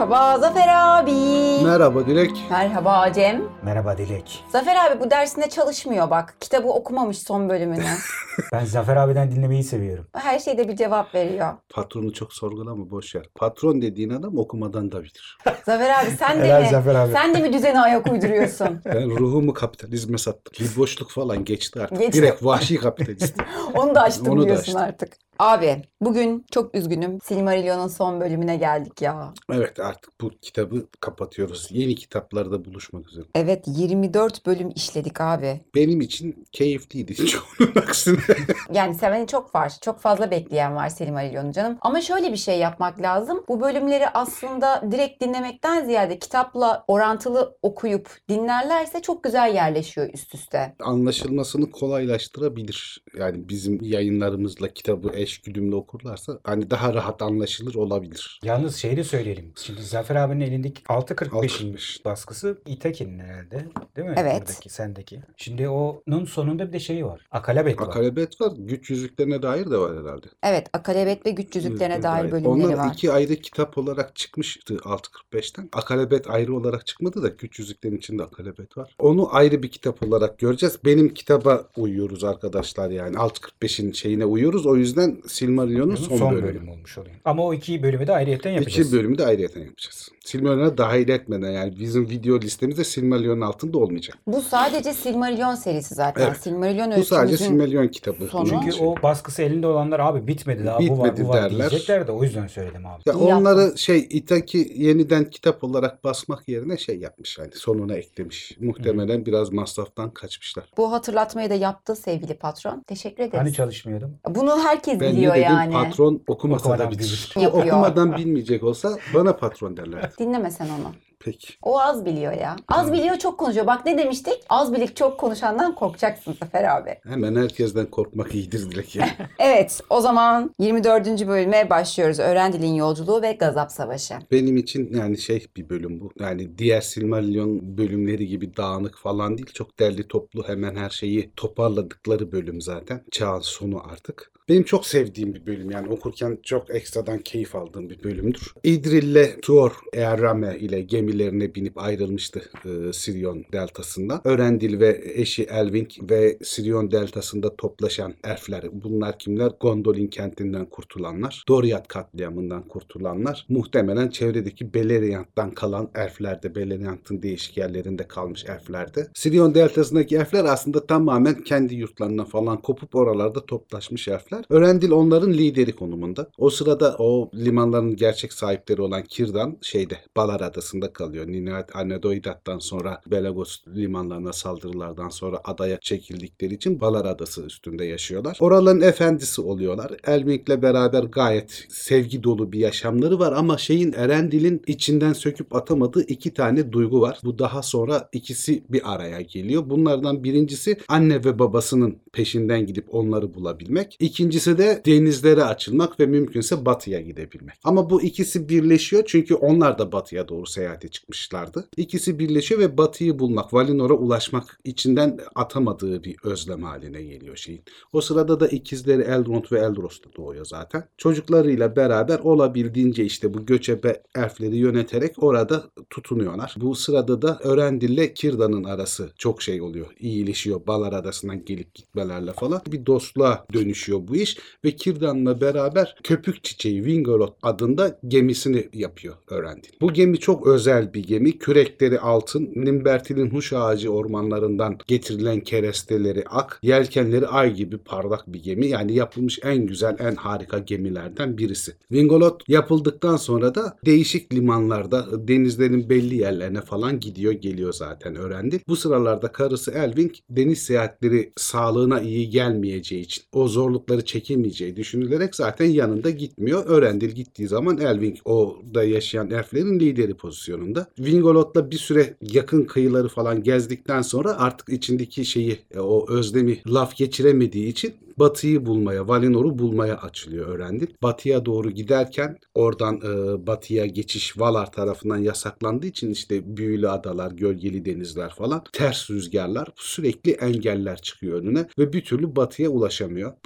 Merhaba Zafer abi. Merhaba Dilek. Merhaba Cem. Merhaba Dilek. Zafer abi bu dersinde çalışmıyor bak. Kitabı okumamış son bölümünü. Ben Zafer abiden dinlemeyi seviyorum. Her şeyde bir cevap veriyor. Patronu çok sorgulama, boş ver. Patron dediğin adam okumadan da bilir. Zafer abi sen de Helal mi? Zafer abi. Sen de mi düzene ayak uyduruyorsun? Ben ruhumu kapitalizme sattım. Bir boşluk falan geçti artık. Geçti. Direkt vahşi kapitalistim. Onu da açtım Onu da diyorsun açtım. artık. Abi bugün çok üzgünüm. Silmarillion'un son bölümüne geldik ya. Evet, artık bu kitabı kapatıyoruz. Yeni kitaplarda buluşmak üzere. Evet 24 bölüm işledik abi. Benim için keyifliydi. Çoğunun aksine. Yani seveni çok var. Çok fazla bekleyen var Silmarillion'u canım. Ama şöyle bir şey yapmak lazım. Bu bölümleri aslında direkt dinlemekten ziyade kitapla orantılı okuyup dinlerlerse çok güzel yerleşiyor üst üste. Anlaşılmasını kolaylaştırabilir. Yani bizim yayınlarımızla kitabı eşgüdümlü okurlarsa hani daha rahat anlaşılır olabilir. Yalnız şey de söyleyelim. Şimdi Zafer abinin elindeki 6.45'in 6.45. baskısı İtekin'in herhalde. Değil mi? Evet. Buradaki, sendeki. Şimdi onun sonunda bir de şey var. Akalabet var. Akalebet var. Güç yüzüklerine dair de var herhalde. Evet, Akalebet ve Güç Yüzüklerine dair bölümleri Onlar var. iki ayrı kitap olarak çıkmıştı 6.45'ten. Akalebet ayrı olarak çıkmadı da Güç Yüzüklerin içinde Akalebet var. Onu ayrı bir kitap olarak göreceğiz. Benim kitaba uyuyoruz arkadaşlar yani. 6.45'in şeyine uyuyoruz. O yüzden Silmarillion'un son bölümü. olmuş oluyor. Ama o iki bölümü de ayrıyetten yapacağız. İki bölümü de ayrıyeten yapacağız. Silmarillion'a dahil etmeden yani bizim video listemizde Silmarillion'un altında olmayacak. Bu sadece Silmarillion serisi zaten. Evet. Silmarillion Bu sadece öykümüzün Silmarillion kitabı. sonu. Çünkü o baskısı elinde olanlar abi bitmedi daha bu var Bitmedi bu var derler. diyecekler de o yüzden söyledim abi. Ya İyi onları yaptın. Itaki yeniden kitap olarak basmak yerine yapmış yani sonuna eklemiş. Muhtemelen biraz masraftan kaçmışlar. Bu hatırlatmayı da yaptı sevgili patron. Teşekkür ederiz. Hani çalışmıyordum? Bunu herkes Ben biliyor ne dedim? yani. Patron okumasa da Okumadan bilir. bilir. Yapıyor. Okumadan bilmeyecek olsa bana patron derlerdi. Dinleme sen onu. Peki. O az biliyor ya. Az biliyor çok konuşuyor. Bak ne demiştik? Az bilip çok konuşandan korkacaksın Zafer abi. Hemen herkesten korkmak iyidir Dilek yani. Evet o zaman 24. bölüme başlıyoruz. Öğren Dilin Yolculuğu ve Gazap Savaşı. Benim için yani bir bölüm bu. Yani diğer Silmarillion bölümleri gibi dağınık falan değil. Çok derli toplu hemen her şeyi toparladıkları bölüm zaten. Çağın sonu artık. Benim çok sevdiğim bir bölüm yani okurken çok ekstradan keyif aldığım bir bölümdür. Idril'le Tuor Earrame ile gemilerine binip ayrılmıştı Sirion deltasında. Örendil ve eşi Elwing ve Sirion deltasında toplaşan elfler. Bunlar kimler? Gondolin kentinden kurtulanlar. Doriath katliamından kurtulanlar. Muhtemelen çevredeki Beleriand'dan kalan elflerde, Beleriand'ın değişik yerlerinde kalmış elflerde. Sirion deltasındaki elfler aslında tamamen kendi yurtlarından falan kopup oralarda toplaşmış elfler. Örendil onların lideri konumunda. O sırada o limanların gerçek sahipleri olan Círdan Balar Adası'nda kalıyor. Nihayet Anedoidat'tan sonra Belagos limanlarına saldırılardan sonra adaya çekildikleri için Balar Adası üstünde yaşıyorlar. Oraların efendisi oluyorlar. Elwing'le beraber gayet sevgi dolu bir yaşamları var ama Erendil'in içinden söküp atamadığı iki tane duygu var. Bu daha sonra ikisi bir araya geliyor. Bunlardan birincisi anne ve babasının peşinden gidip onları bulabilmek. İkincisi de denizlere açılmak ve mümkünse batıya gidebilmek. Ama bu ikisi birleşiyor çünkü onlar da batıya doğru seyahate çıkmışlardı. İkisi birleşiyor ve batıyı bulmak, Valinor'a ulaşmak içinden atamadığı bir özlem haline geliyor . O sırada da ikizleri Elrond ve Elros da doğuyor zaten. Çocuklarıyla beraber olabildiğince bu göçebe elfleri yöneterek orada tutunuyorlar. Bu sırada da Örendil ile Círdan'ın arası çok oluyor. İyileşiyor. Balar Adası'ndan gelip gitmelerle falan. Bir dostluğa dönüşüyor bu iş ve Círdan'la beraber Köpük Çiçeği Wingolot adında gemisini yapıyor Örendil. Bu gemi çok özel bir gemi. Kürekleri altın, Nimbertil'in huş ağacı ormanlarından getirilen keresteleri ak, yelkenleri ay gibi parlak bir gemi. Yani yapılmış en güzel, en harika gemilerden birisi. Wingolot yapıldıktan sonra da değişik limanlarda, denizlerin belli yerlerine falan gidiyor geliyor zaten Örendil. Bu sıralarda karısı Elwing deniz seyahatleri sağlığına iyi gelmeyeceği için, o zorlukları çekemeyeceği düşünülerek zaten yanında gitmiyor. Örendil gittiği zaman Elwing orada yaşayan elflerin lideri pozisyonunda. Wingolot'la bir süre yakın kıyıları falan gezdikten sonra artık içindeki o özlemi laf geçiremediği için Batı'yı bulmaya, Valinor'u bulmaya açılıyor Örendil. Batı'ya doğru giderken oradan batıya geçiş Valar tarafından yasaklandığı için büyülü adalar, gölgeli denizler falan, ters rüzgarlar, sürekli engeller çıkıyor önüne ve bir türlü batıya ulaşamıyor. Batıya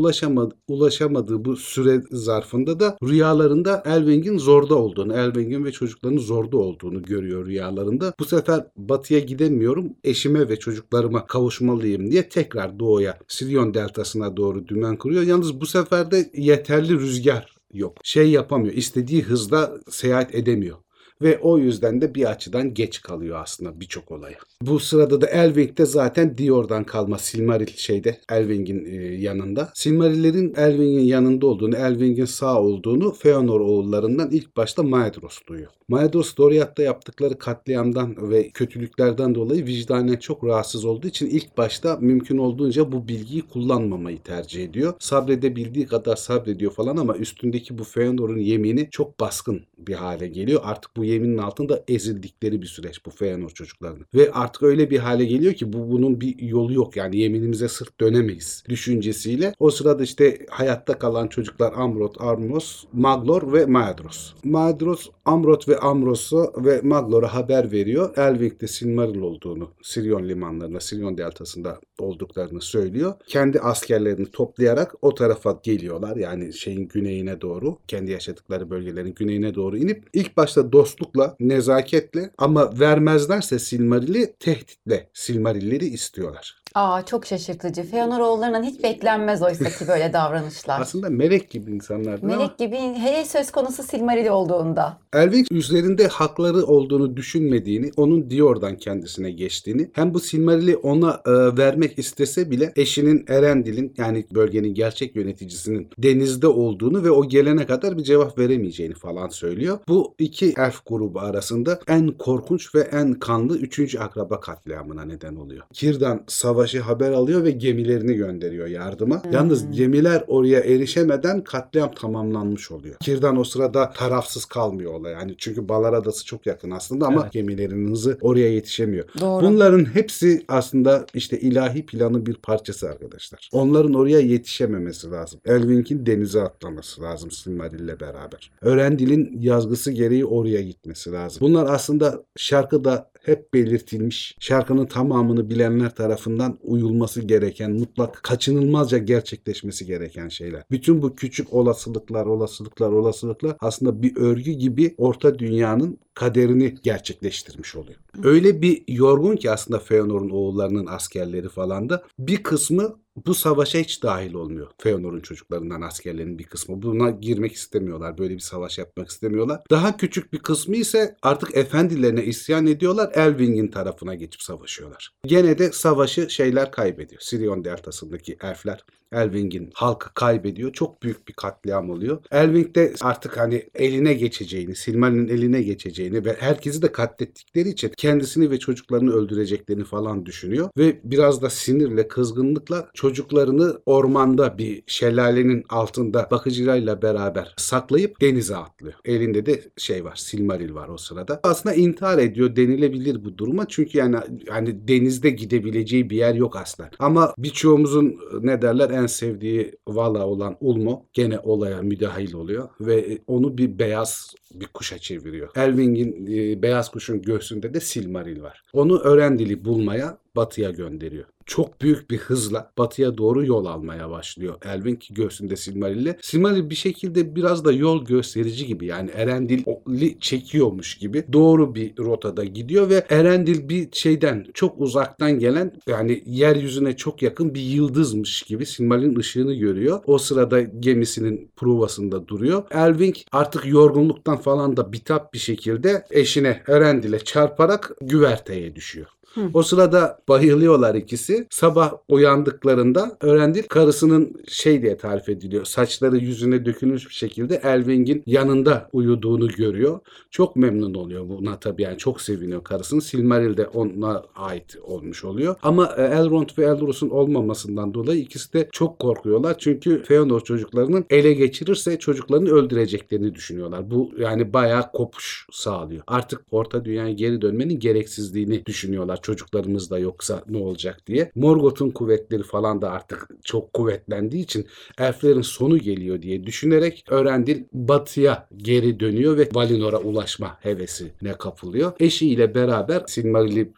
ulaşamadığı bu süre zarfında da rüyalarında Elwing'in Zor'da olduğunu, Elwing'in ve çocuklarının Zor'da olduğunu görüyor rüyalarında. Bu sefer batıya gidemiyorum, eşime ve çocuklarıma kavuşmalıyım diye tekrar doğuya, Sirion deltasına doğru dümen kuruyor. Yalnız bu sefer de yeterli rüzgar yok. Yapamıyor, istediği hızda seyahat edemiyor. Ve o yüzden de bir açıdan geç kalıyor aslında birçok olaya. Bu sırada da Elwing de zaten Dior'dan kalma Silmaril Elwing'in yanında. Silmarillerin Elwing'in yanında olduğunu, Elwing'in sağ olduğunu Feanor oğullarından ilk başta Maedhros duyuyor. Maedhros Doriath'ta yaptıkları katliamdan ve kötülüklerden dolayı vicdanen çok rahatsız olduğu için ilk başta mümkün olduğunca bu bilgiyi kullanmamayı tercih ediyor. Sabredebildiği kadar sabrediyor falan ama üstündeki bu Feanor'un yemini çok baskın bir hale geliyor. Artık bu yeminin altında ezildikleri bir süreç bu Feanor çocuklarının. Ve artık öyle bir hale geliyor ki bunun bir yolu yok. Yani yeminimize sırt dönemeyiz düşüncesiyle. O sırada hayatta kalan çocuklar Amroth, Armos, Maglor ve Maedhros. Maedhros, Amroth ve Amros'a ve Maglor'a haber veriyor. Elwing'de Silmaril olduğunu, Sirion limanlarında, Sirion deltasında olduklarını söylüyor. Kendi askerlerini toplayarak o tarafa geliyorlar. Yani güneyine doğru, kendi yaşadıkları bölgelerin güneyine doğru inip ilk başta dostlukla, nezaketle ama vermezlerse Silmaril'i tehditle Silmarilleri istiyorlar. Çok şaşırtıcı. Feanor oğullarından hiç beklenmez oysa ki böyle davranışlar. Aslında melek gibi insanlardı ama Melek gibi, hele söz konusu Silmaril olduğunda. Elwing üzerinde hakları olduğunu düşünmediğini, onun Dior'dan kendisine geçtiğini, hem bu Silmaril'i ona vermek istese bile eşinin Erendil'in, yani bölgenin gerçek yöneticisinin denizde olduğunu ve o gelene kadar bir cevap veremeyeceğini falan söylüyor. Bu iki elf grubu arasında en korkunç ve en kanlı 3. akraba katliamına neden oluyor. Círdan savaşı haber alıyor ve gemilerini gönderiyor yardıma. Yalnız gemiler oraya erişemeden katliam tamamlanmış oluyor. Círdan o sırada tarafsız kalmıyor olay. Yani çünkü Balar Adası çok yakın aslında ama gemilerin hızı oraya yetişemiyor. Doğru. Bunların hepsi aslında ilahi planın bir parçası arkadaşlar. Onların oraya yetişememesi lazım. Elwing'in denize atlaması lazım Silmaril'le beraber. Örendil'in yazgısı gereği oraya gitmesi lazım. Bunlar aslında şarkıda hep belirtilmiş, şarkının tamamını bilenler tarafından uyulması gereken, mutlak, kaçınılmazca gerçekleşmesi gereken şeyler. Bütün bu küçük olasılıklar aslında bir örgü gibi Orta Dünya'nın kaderini gerçekleştirmiş oluyor. Öyle bir yorgun ki aslında Feanor'un oğullarının askerleri falan da bir kısmı bu savaşa hiç dahil olmuyor. Feanor'un çocuklarından askerlerin bir kısmı. Buna girmek istemiyorlar. Böyle bir savaş yapmak istemiyorlar. Daha küçük bir kısmı ise artık efendilerine isyan ediyorlar. Elwing'in tarafına geçip savaşıyorlar. Gene de savaşı kaybediyor. Sirion deltasındaki elfler Elwing'in halkı kaybediyor. Çok büyük bir katliam oluyor. Elwing de artık eline geçeceğini, Silmaril'in eline geçeceğini ve herkesi de katlettikleri için kendisini ve çocuklarını öldüreceklerini falan düşünüyor. Ve biraz da sinirle, kızgınlıkla çocuklarını ormanda bir şelalenin altında bakıcılarıyla beraber saklayıp denize atlıyor. Elinde de var, Silmaril var o sırada. Aslında intihar ediyor denilebilir bu duruma. Çünkü yani denizde gidebileceği bir yer yok aslen. Ama birçoğumuzun en sevdiği Vala olan Ulmo gene olaya müdahil oluyor ve onu bir beyaz bir kuşa çeviriyor. Elwing'in beyaz kuşun göğsünde de Silmaril var. Onu Örendil'i bulmaya batıya gönderiyor. Çok büyük bir hızla batıya doğru yol almaya başlıyor Elwing göğsünde Silmaril'le. Silmaril bir şekilde biraz da yol gösterici gibi, yani Erendil'i çekiyormuş gibi doğru bir rotada gidiyor ve Erendil bir çok uzaktan gelen, yani yeryüzüne çok yakın bir yıldızmış gibi Silmaril'in ışığını görüyor. O sırada gemisinin pruvasında duruyor. Elwing artık yorgunluktan falan da bitap bir şekilde eşine Erendil'e çarparak güverteye düşüyor. O sırada bayılıyorlar ikisi. Sabah uyandıklarında Örendil karısının diye tarif ediliyor. Saçları yüzüne dökülmüş bir şekilde Elwing'in yanında uyuduğunu görüyor. Çok memnun oluyor buna tabii, yani çok seviniyor karısının. Silmaril de ona ait olmuş oluyor. Ama Elrond ve Elros'un olmamasından dolayı ikisi de çok korkuyorlar. Çünkü Feanor çocuklarının ele geçirirse çocuklarını öldüreceklerini düşünüyorlar. Bu yani bayağı kopuş sağlıyor. Artık Orta Dünya'ya geri dönmenin gereksizliğini düşünüyorlar. Çocuklarımız da yoksa ne olacak diye. Morgoth'un kuvvetleri falan da artık çok kuvvetlendiği için elflerin sonu geliyor diye düşünerek Örendil batıya geri dönüyor ve Valinor'a ulaşma hevesine kapılıyor. Eşiyle beraber Silmaril'i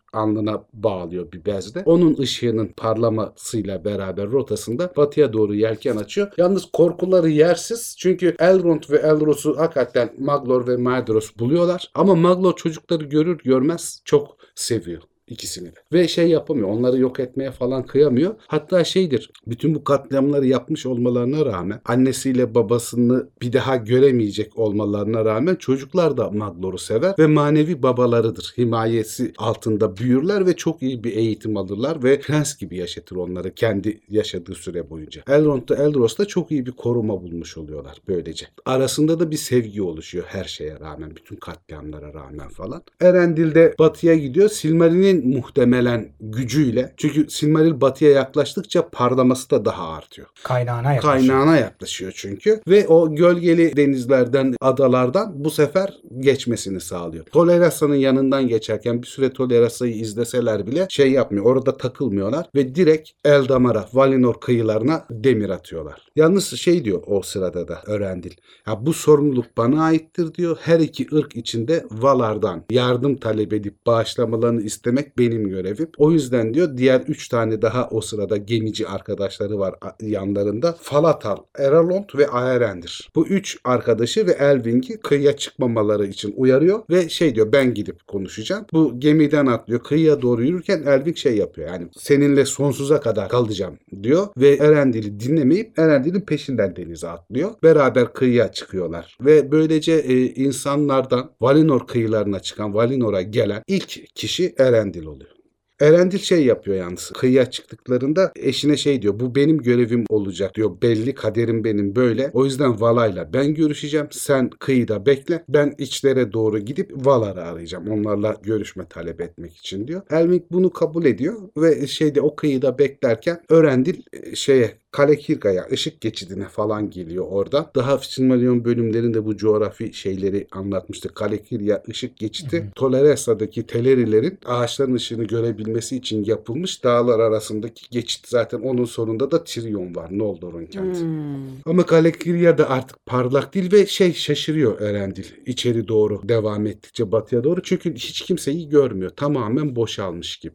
alnına bağlıyor bir bezle. Onun ışığının parlamasıyla beraber rotasında batıya doğru yelken açıyor. Yalnız korkuları yersiz. Çünkü Elrond ve Elros'u hakikaten Maglor ve Maedhros buluyorlar. Ama Maglor çocukları görür görmez çok seviyor. İkisini de. Ve şey yapamıyor. Onları yok etmeye falan kıyamıyor. Hatta şeydir. Bütün bu katliamları yapmış olmalarına rağmen annesiyle babasını bir daha göremeyecek olmalarına rağmen çocuklar da Maglor'u sever ve manevi babalarıdır. Himayesi altında büyürler ve çok iyi bir eğitim alırlar ve prens gibi yaşatır onları kendi yaşadığı süre boyunca. Elrond da Elros da çok iyi bir koruma bulmuş oluyorlar böylece. Arasında da bir sevgi oluşuyor her şeye rağmen. Bütün katliamlara rağmen falan. Elendil de batıya gidiyor. Silmaril'in muhtemelen gücüyle, çünkü Silmaril batıya yaklaştıkça parlaması da daha artıyor. Kaynağına yaklaşıyor. Kaynağına yaklaşıyor çünkü ve o gölgeli denizlerden, adalardan bu sefer geçmesini sağlıyor. Tolerassa'nın yanından geçerken bir süre Tolerassa'yı izleseler bile şey yapmıyor. Orada takılmıyorlar ve direkt Eldamar'a, Valinor kıyılarına demir atıyorlar. Yalnız şey diyor o sırada da Elendil. Ya bu sorumluluk bana aittir diyor. Her iki ırk içinde Valar'dan yardım talep edip bağışlamalarını istemek benim görevim. O yüzden diyor diğer 3 tane daha o sırada gemici arkadaşları var yanlarında. Falatal, Eralond ve Aerendir. Bu 3 arkadaşı ve Elwing'i kıyıya çıkmamaları için uyarıyor ve şey diyor ben gidip konuşacağım. Bu gemiden atlıyor. Kıyıya doğru yürürken Elwing şey yapıyor. Yani seninle sonsuza kadar kalacağım diyor ve Erendil'i dinlemeyip Erendil'in peşinden denize atlıyor. Beraber kıyıya çıkıyorlar ve böylece insanlardan Valinor kıyılarına çıkan, Valinor'a gelen ilk kişi Elendil oluyor. Elendil şey yapıyor yalnız. Kıyıya çıktıklarında eşine şey diyor. Bu benim görevim olacak diyor. Belli kaderim benim böyle. O yüzden Vala'yla ben görüşeceğim. Sen kıyıda bekle. Ben içlere doğru gidip Valar'ı arayacağım. Onlarla görüşme talep etmek için diyor. Elwing bunu kabul ediyor ve şeyde o kıyıda beklerken Elendil Kale Kirka'ya, ışık geçidine falan geliyor orada. Daha Silmarillion bölümlerinde bu coğrafi şeyleri anlatmıştık. Kale Kirya ışık geçidi Tolerassa'daki Telerilerin ağaçların ışığını görebilmesi için yapılmış dağlar arasındaki geçit. Zaten onun sonunda da Tirion var. Noldor'un kenti. Ama Kale Kirya da artık parlak değil ve şaşırıyor Elendil içeri doğru devam ettikçe batıya doğru. Çünkü hiç kimseyi görmüyor. Tamamen boşalmış gibi.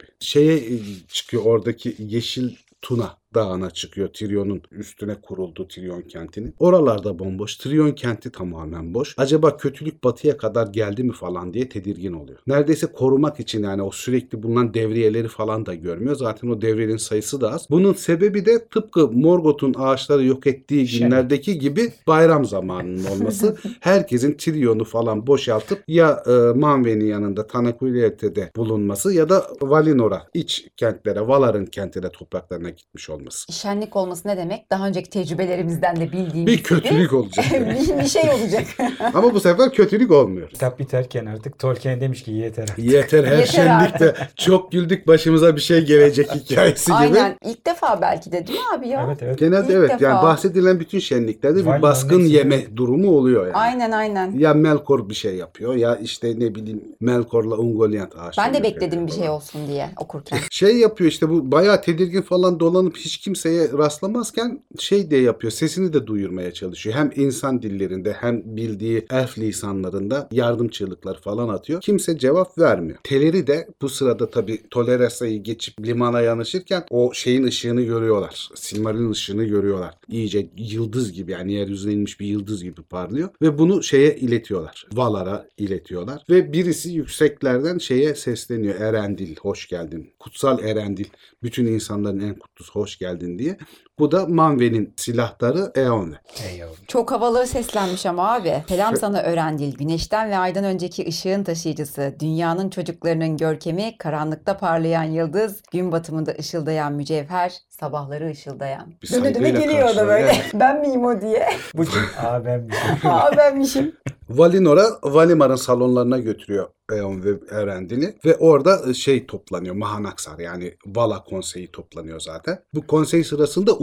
Çıkıyor oradaki yeşil Tuna Dağı'na çıkıyor. Tirion'un üstüne kuruldu Tirion kentinin. Oralarda bomboş. Tirion kenti tamamen boş. Acaba kötülük batıya kadar geldi mi falan diye tedirgin oluyor. Neredeyse korumak için yani o sürekli bulunan devriyeleri falan da görmüyor. Zaten o devriyelerin sayısı da az. Bunun sebebi de tıpkı Morgoth'un ağaçları yok ettiği günlerdeki gibi bayram zamanının olması. Herkesin Tirion'u falan boşaltıp ya Manwë'nin yanında Tanaquilte'de bulunması ya da Valinor'a, iç kentlere, Valar'ın kentine, topraklarına gitmiş olması. Şenlik olması ne demek? Daha önceki tecrübelerimizden de bildiğimiz Bir kötülük gibi olacak. Yani. bir şey olacak. Ama bu sefer kötülük olmuyor. Kitap biterken artık Tolkien demiş ki yeter artık. Yeter her Yeter şenlikte çok güldük başımıza bir şey gelecek hikayesi gibi. Aynen. İlk defa belki de değil mi abi ya? Evet. Genelde İlk evet defa. yani bahsedilen bütün şenliklerde bir Valinor baskın hepsini- yeme durumu oluyor yani. Aynen. Ya Melkor bir şey yapıyor ya işte ne bileyim Melkor'la Ungoliant ağaçları. Ben de bekledim bir şey olsun diye okurken. Şey yapıyor işte bu bayağı tedirgin falan dolanıp hiç kimseye rastlamazken şey diye yapıyor. Sesini de duyurmaya çalışıyor. Hem insan dillerinde hem bildiği elf lisanlarında yardım çığlıkları falan atıyor. Kimse cevap vermiyor. Teleri de bu sırada tabii Tolerassa'yı geçip limana yanaşırken o şeyin ışığını görüyorlar. Silmaril'in ışığını görüyorlar. İyice yıldız gibi yani yeryüzüne inmiş bir yıldız gibi parlıyor. Ve bunu şeye iletiyorlar. Valar'a iletiyorlar. Ve birisi yükseklerden şeye sesleniyor. Elendil hoş geldin. Kutsal Elendil. Bütün insanların en kutlusu hoş geldin diye. Bu da Manwë'nin silahları Eowyn. Ey yavrum. Çok havalı seslenmiş ama abi. Selam sana Elendil. Güneşten ve aydan önceki ışığın taşıyıcısı. Dünyanın çocuklarının görkemi, karanlıkta parlayan yıldız, gün batımında ışıldayan mücevher, sabahları ışıldayan. Bir Döne döne saygıyla geliyor da karşılıyor. böyle. Evet. Ben miyim o diye. Bu kim? Ben bir şey. Benmişim. Valinor'a Valimar'ın salonlarına götürüyor Eowyn ve Elendil'i ve orada toplanıyor. Mahanaksar yani Vala konseyi toplanıyor zaten. Bu konsey sırasında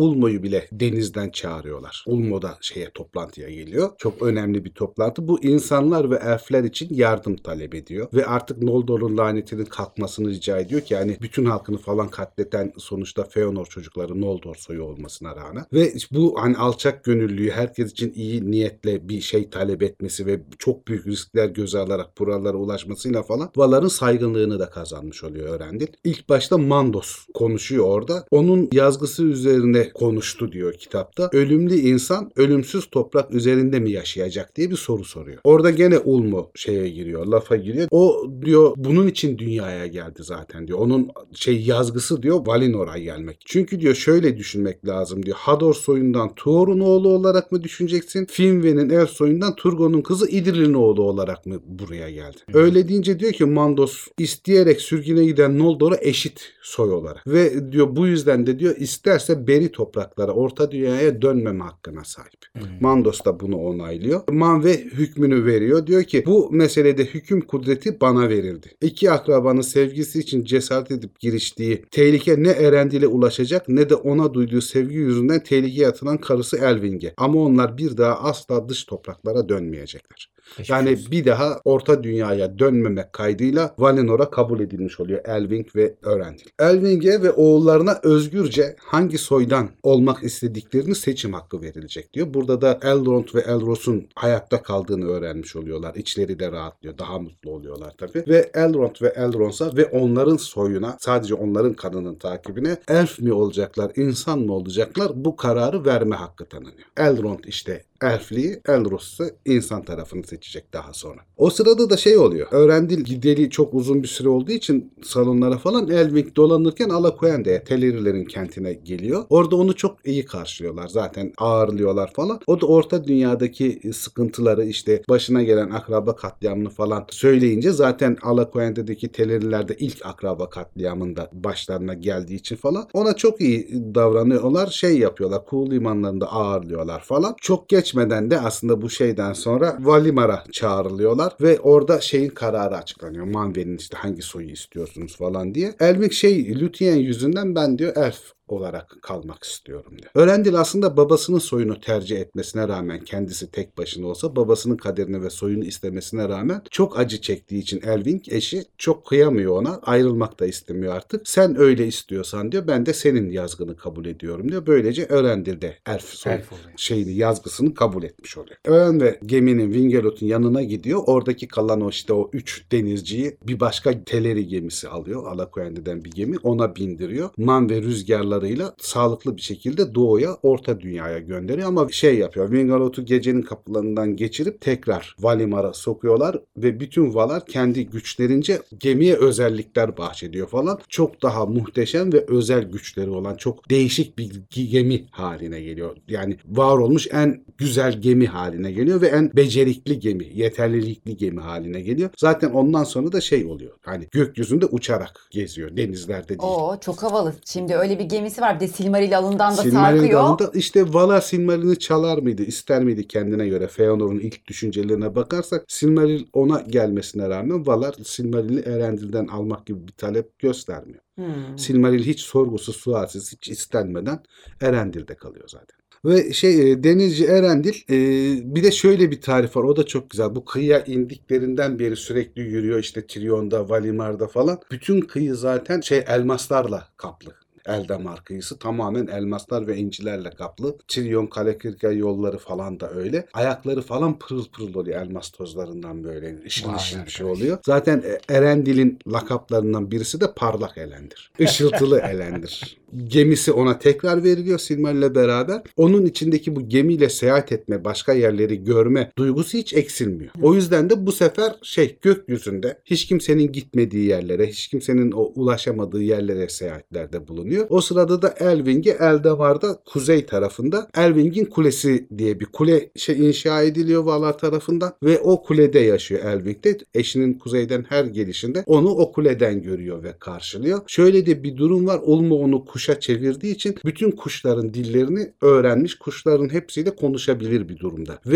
Ulmo'yu bile denizden çağırıyorlar. Ulmo da toplantıya geliyor. Çok önemli bir toplantı. Bu insanlar ve elfler için yardım talep ediyor. Ve artık Noldor'un lanetinin kalkmasını rica ediyor ki yani bütün halkını falan katleten sonuçta Feanor çocukları Noldor soyu olmasına rağmen. Ve bu hani alçak gönüllüyü herkes için iyi niyetle bir şey talep etmesi ve çok büyük riskler göze alarak buralara ulaşmasıyla falan Valar'ın saygınlığını da kazanmış oluyor Örendil. İlk başta Mandos konuşuyor orada. Onun yazgısı üzerine konuştu diyor kitapta. Ölümlü insan ölümsüz toprak üzerinde mi yaşayacak diye bir soru soruyor. Orada gene Ulmo giriyor, lafa giriyor. O diyor bunun için dünyaya geldi zaten diyor. Onun yazgısı diyor Valinor'a gelmek. Çünkü diyor şöyle düşünmek lazım diyor. Hador soyundan Tuor'un oğlu olarak mı düşüneceksin? Finwë'nin elf soyundan Turgon'un kızı Idril'in oğlu olarak mı buraya geldi? Öyle deyince diyor ki Mandos isteyerek sürgüne giden Noldor'a eşit soy olarak. Ve diyor bu yüzden de diyor isterse beri topraklara, Orta Dünya'ya dönmeme hakkına sahip. Mandos da bunu onaylıyor. Manwë hükmünü veriyor. Diyor ki bu meselede hüküm kudreti bana verildi. İki akrabanın sevgisi için cesaret edip giriştiği tehlike ne Erendil'e ulaşacak ne de ona duyduğu sevgi yüzünden tehlikeye atılan karısı Elwing'e. Ama onlar bir daha asla dış topraklara dönmeyecekler. Yani bir daha Orta Dünya'ya dönmemek kaydıyla Valinor'a kabul edilmiş oluyor Elwing ve Örendil. Elwing'e ve oğullarına özgürce hangi soydan olmak istediklerini seçim hakkı verilecek diyor. Burada da Elrond ve Elros'un hayatta kaldığını öğrenmiş oluyorlar. İçleri de rahatlıyor. Daha mutlu oluyorlar tabii. Ve Elrond ve Elros'a ve onların soyuna, sadece onların kanının takibine elf mi olacaklar, insan mı olacaklar bu kararı verme hakkı tanınıyor. Elrond işte elfliği, Elros ise insan tarafını seçecek daha sonra. O sırada da oluyor. Örendil gideli çok uzun bir süre olduğu için salonlara falan Elwing dolanırken Alaquende'ye, Telerilerin kentine geliyor. Orada onu çok iyi karşılıyorlar. Zaten ağırlıyorlar falan. O da Orta Dünya'daki sıkıntıları işte başına gelen akraba katliamını falan söyleyince zaten Alaquende'deki Teleriler de ilk akraba katliamında başlarına geldiği için falan ona çok iyi davranıyorlar. Yapıyorlar. Kuğu limanlarında ağırlıyorlar falan. Çok geçmeden de aslında bu şeyden sonra Valimar'a çağrılıyorlar ve orada kararı açıklanıyor. Manwë'nin işte hangi soyu istiyorsunuz falan diye. Elwing Lúthien yüzünden ben diyor elf olarak kalmak istiyorum diyor. Örendil aslında babasının soyunu tercih etmesine rağmen kendisi tek başına olsa babasının kaderini ve soyunu istemesine rağmen çok acı çektiği için Elwing eşi çok kıyamıyor ona. Ayrılmak da istemiyor artık. Sen öyle istiyorsan diyor ben de senin yazgını kabul ediyorum diyor. Böylece Örendil de elf yazgısını kabul etmiş oluyor. Ören ve geminin Wingelot'un yanına gidiyor. Oradaki kalan o 3 denizciyi bir başka Teleri gemisi alıyor. Alaquende'den bir gemi. Ona bindiriyor. Manwë rüzgarlarıyla sağlıklı bir şekilde doğuya, Orta Dünya'ya gönderiyor ama yapıyor. Wingelot'u gecenin kapılarından geçirip tekrar Valimar'a sokuyorlar ve bütün Valar kendi güçlerince gemiye özellikler bahşediyor falan. Çok daha muhteşem ve özel güçleri olan çok değişik bir gemi haline geliyor. Yani var olmuş en güzel gemi haline geliyor ve en becerikli gemi, yeterlilikli gemi haline geliyor. Zaten ondan sonra da oluyor. Hani gökyüzünde uçarak geziyor. Denizlerde değil. Oo çok havalı. Şimdi öyle bir gemisi var. Bir de Silmaril alından da Silmaril sarkıyor. dalında işte Valar Silmaril'i çalar mıydı, ister miydi kendine göre? Feanor'un ilk düşüncelerine bakarsak Silmaril ona gelmesine rağmen Valar Silmaril'i Erendil'den almak gibi bir talep göstermiyor. Silmaril hiç sorgusuz sualsiz, hiç istenmeden Erendil'de kalıyor zaten. Ve denizci Erendil bir de şöyle bir tarif var. O da çok güzel. Bu kıyıya indiklerinden beri sürekli yürüyor. İşte Tirion'da, Valimar'da falan. Bütün kıyı zaten elmaslarla kaplı. Eldamar kıyısı tamamen elmaslar ve incilerle kaplı. Tirion, Kalekirka yolları falan da öyle. Ayakları falan pırıl pırıl oluyor elmas tozlarından böyle. Işıl ışıl bir şey oluyor. Zaten Erendil'in lakaplarından birisi de parlak elendir. Işıltılı elendir. Gemisi ona tekrar veriliyor Silmaril'le beraber. Onun içindeki bu gemiyle seyahat etme, başka yerleri görme duygusu hiç eksilmiyor. O yüzden de bu sefer gökyüzünde hiç kimsenin gitmediği yerlere, hiç kimsenin ulaşamadığı yerlere seyahatlerde bulunuyor. O sırada da Elwing'e Eldamar'da kuzey tarafında Elwing'in Kulesi diye bir kule inşa ediliyor Valar tarafından ve o kulede yaşıyor Elwing de. Eşinin kuzeyden her gelişinde onu o kuleden görüyor ve karşılıyor. Şöyle de bir durum var. Ulmo onu kuşa çevirdiği için bütün kuşların dillerini öğrenmiş. Kuşların hepsiyle konuşabilir bir durumda. Ve